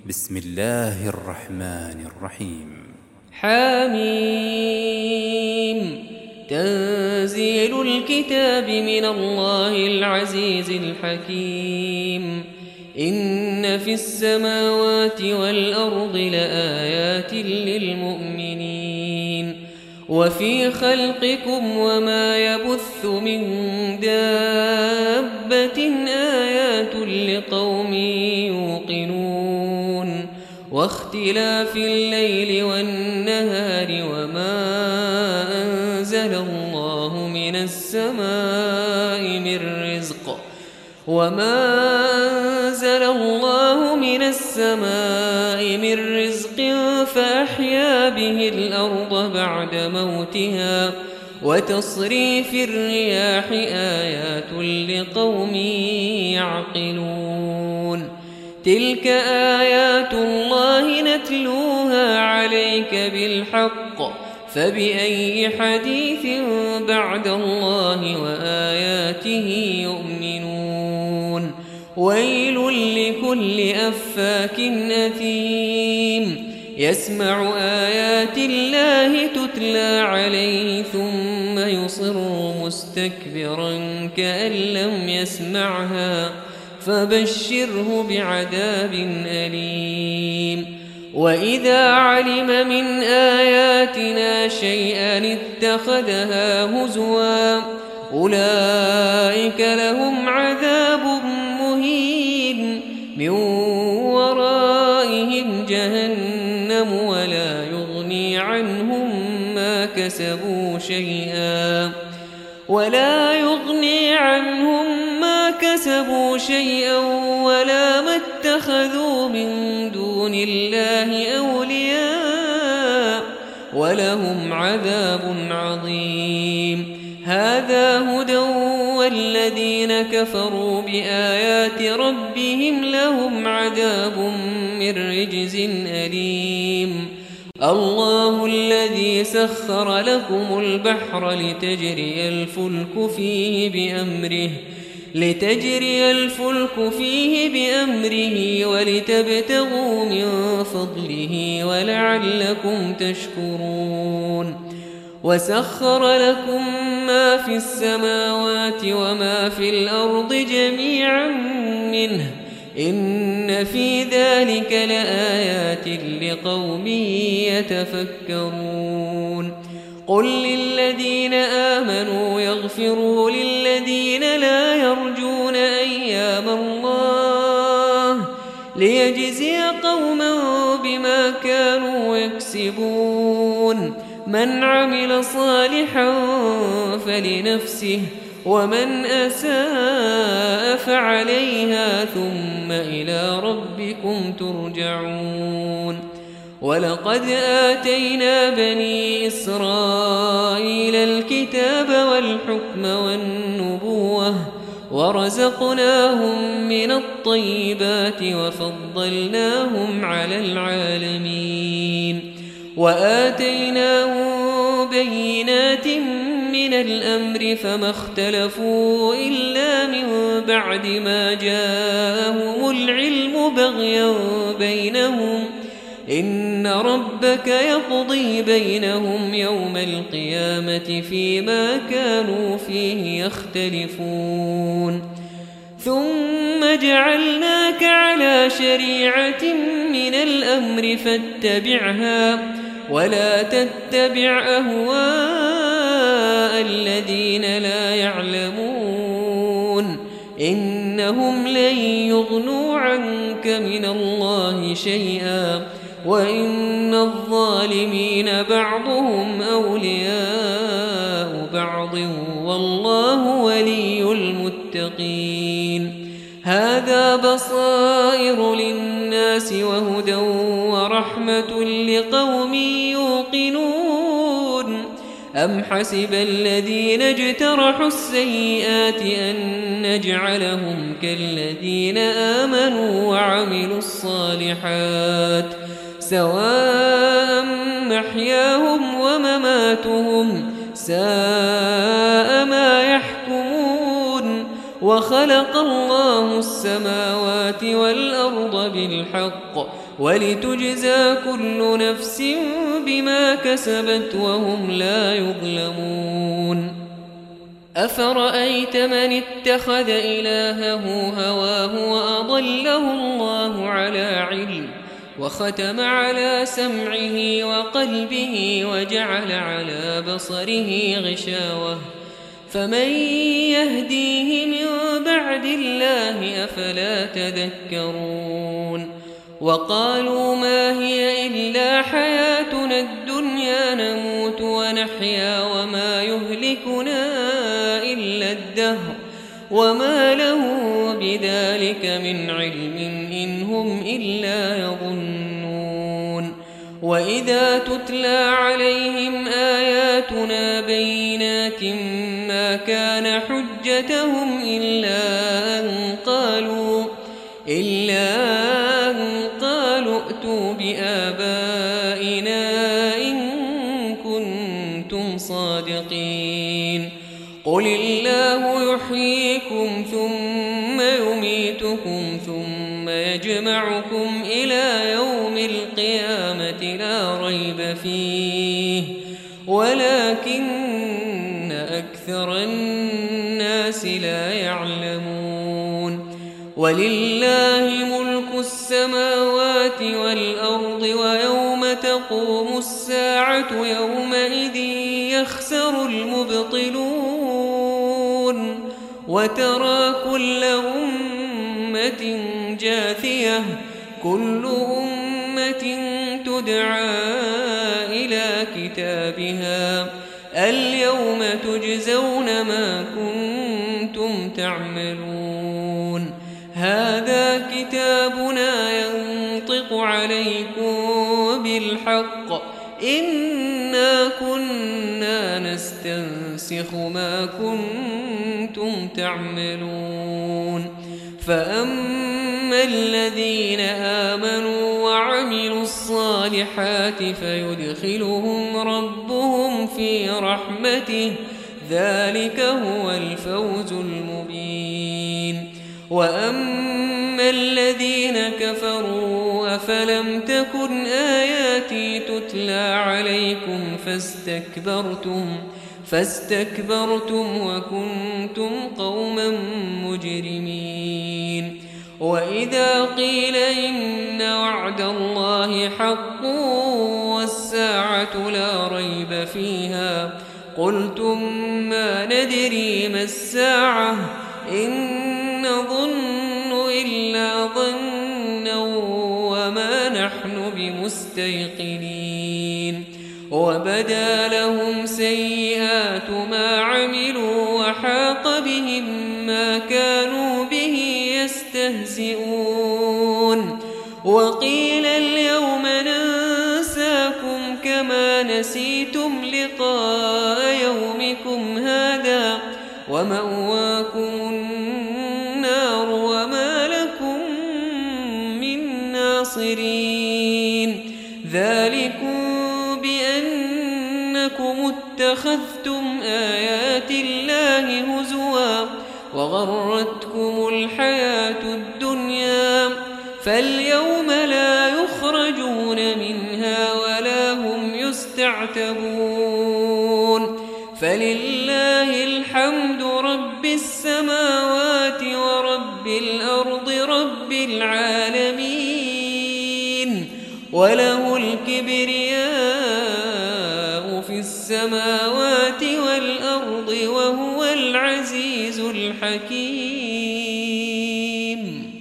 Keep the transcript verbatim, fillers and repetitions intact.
بسم الله الرحمن الرحيم. حميم. تنزيل الكتاب من الله العزيز الحكيم. إن في السماوات والأرض لآيات للمؤمنين وفي خلقكم وما يبث من دابة آيات لقوم يوقنون واختلاف الليل والنهار وما أنزل الله من السماء من رزق وما أنزل الله من السماء من رزق فأحيا به الأرض بعد موتها وتصريف الرياح آيات لقوم يعقلون. تلك آيات الله نتلوها عليك بالحق فبأي حديث بعد الله وآياته يؤمنون. ويل لكل أفاك أثيم يسمع آيات الله تتلى عليه ثم يصر مستكبرا كأن لم يسمعها فبشره بعذاب أليم. وإذا علم من آياتنا شيئا اتخذها هزوا أولئك لهم عذاب مهين من ورائهم جهنم ولا يغني عنهم ما كسبوا شيئا ولا يغني عنهم ما كسبوا شيئا ولا ما اتخذوا من دون الله أولياء ولهم عذاب عظيم. هذا هدى والذين كفروا بآيات ربهم لهم عذاب من رجز أليم. الله الذي سخر لكم البحر لتجري الفلك فيه بأمره لتجري الفلك فيه بأمره ولتبتغوا من فضله ولعلكم تشكرون. وسخر لكم ما في السماوات وما في الأرض جميعا منه إن في ذلك لآيات لقوم يتفكرون. قل للذين آمنوا يغفروا للذين لا يرجون أيام الله ليجزي قوما بما كانوا يكسبون. من عمل صالحا فلنفسه ومن أساء فعليها ثم إلى ربكم ترجعون. ولقد آتينا بني إسرائيل الكتاب والحكم والنبوة ورزقناهم من الطيبات وفضلناهم على العالمين وآتيناهم بينات من الأمر فما اختلفوا إلا من بعد ما جاءهم العلم بغيا بينهم إن ربك يقضي بينهم يوم القيامة فيما كانوا فيه يختلفون. ثم جعلناك على شريعة من الأمر فاتبعها ولا تتبع أهواء الذين لا يعلمون إنهم لن يغنوا عنك من الله شيئا وإن الظالمين بعضهم أولياء بعض والله ولي المتقين. هذا بصائر للناس وهدى ورحمة لقوم يوقنون. أم حسب الذين اجترحوا السيئات أن نجعلهم كالذين آمنوا وعملوا الصالحات سواء محياهم ومماتهم ساء ما يحكمون. وخلق الله السماوات والأرض بالحق ولتجزى كل نفس بما كسبت وهم لا يظلمون أفرأيت من اتخذ إلهه هواه وأضله الله على علم وختم على سمعه وقلبه وجعل على بصره غشاوة فمن يهديه من بعد الله أفلا تذكرون وقالوا ما هي إلا حياتنا الدنيا نموت ونحيا وما يهلكنا إلا الدهر وما له بذلك من علم إن هم إلا يظنون وإذا تتلى عليهم آياتنا بينات ما كان حجتهم إلا أن قالوا إلا أن قالوا ائتوا بآبائنا إن كنتم صادقين قل الله يحييكم ثم يميتكم ثم يجمعكم إلى يوم القيامة لا ريب فيه ولكن أكثر الناس لا يعلمون ولله ملك السماوات والأرض ويوم تقوم الساعة يومئذ يخسر المبطلون وترى كل أمة جاثية كل أمة تدعى إلى كتابها اليوم تجزون ما كنتم تعملون هذا كتابنا ينطق عليكم بالحق إنا كنا نستنسخ ما كنتم تعملون فأما الذين آمنوا وعملوا الصالحات فيدخلهم ربهم في رحمته ذلك هو الفوز المبين وأما الذين كفروا أفلم تكن آياتي تتلى عليكم فاستكبرتم فاستكبرتم وكنتم قوما مجرمين وإذا قيل إن وعد الله حق والساعة لا ريب فيها قلتم ما ندري ما الساعة إن نظن إلا ظنا وما نحن بمستيقنين وبدا لهم سيئات ما عملوا وحاق بهم ما كانوا به يستهزئون وقيل اليوم ننساكم كما نسيتم لقاء يومكم هذا ومأواكم النار وما لكم من ناصرين ذلكم بأنكم اتخذتم آيات الله هزوا وغرتكم الحياة الدنيا فاليوم لا يخرجون منها ولا هم يستعتبون فلله الحمد رب السماوات ورب الأرض رب العالمين وله الكبرياء في السماوات والأرض وهو العزيز الحكيم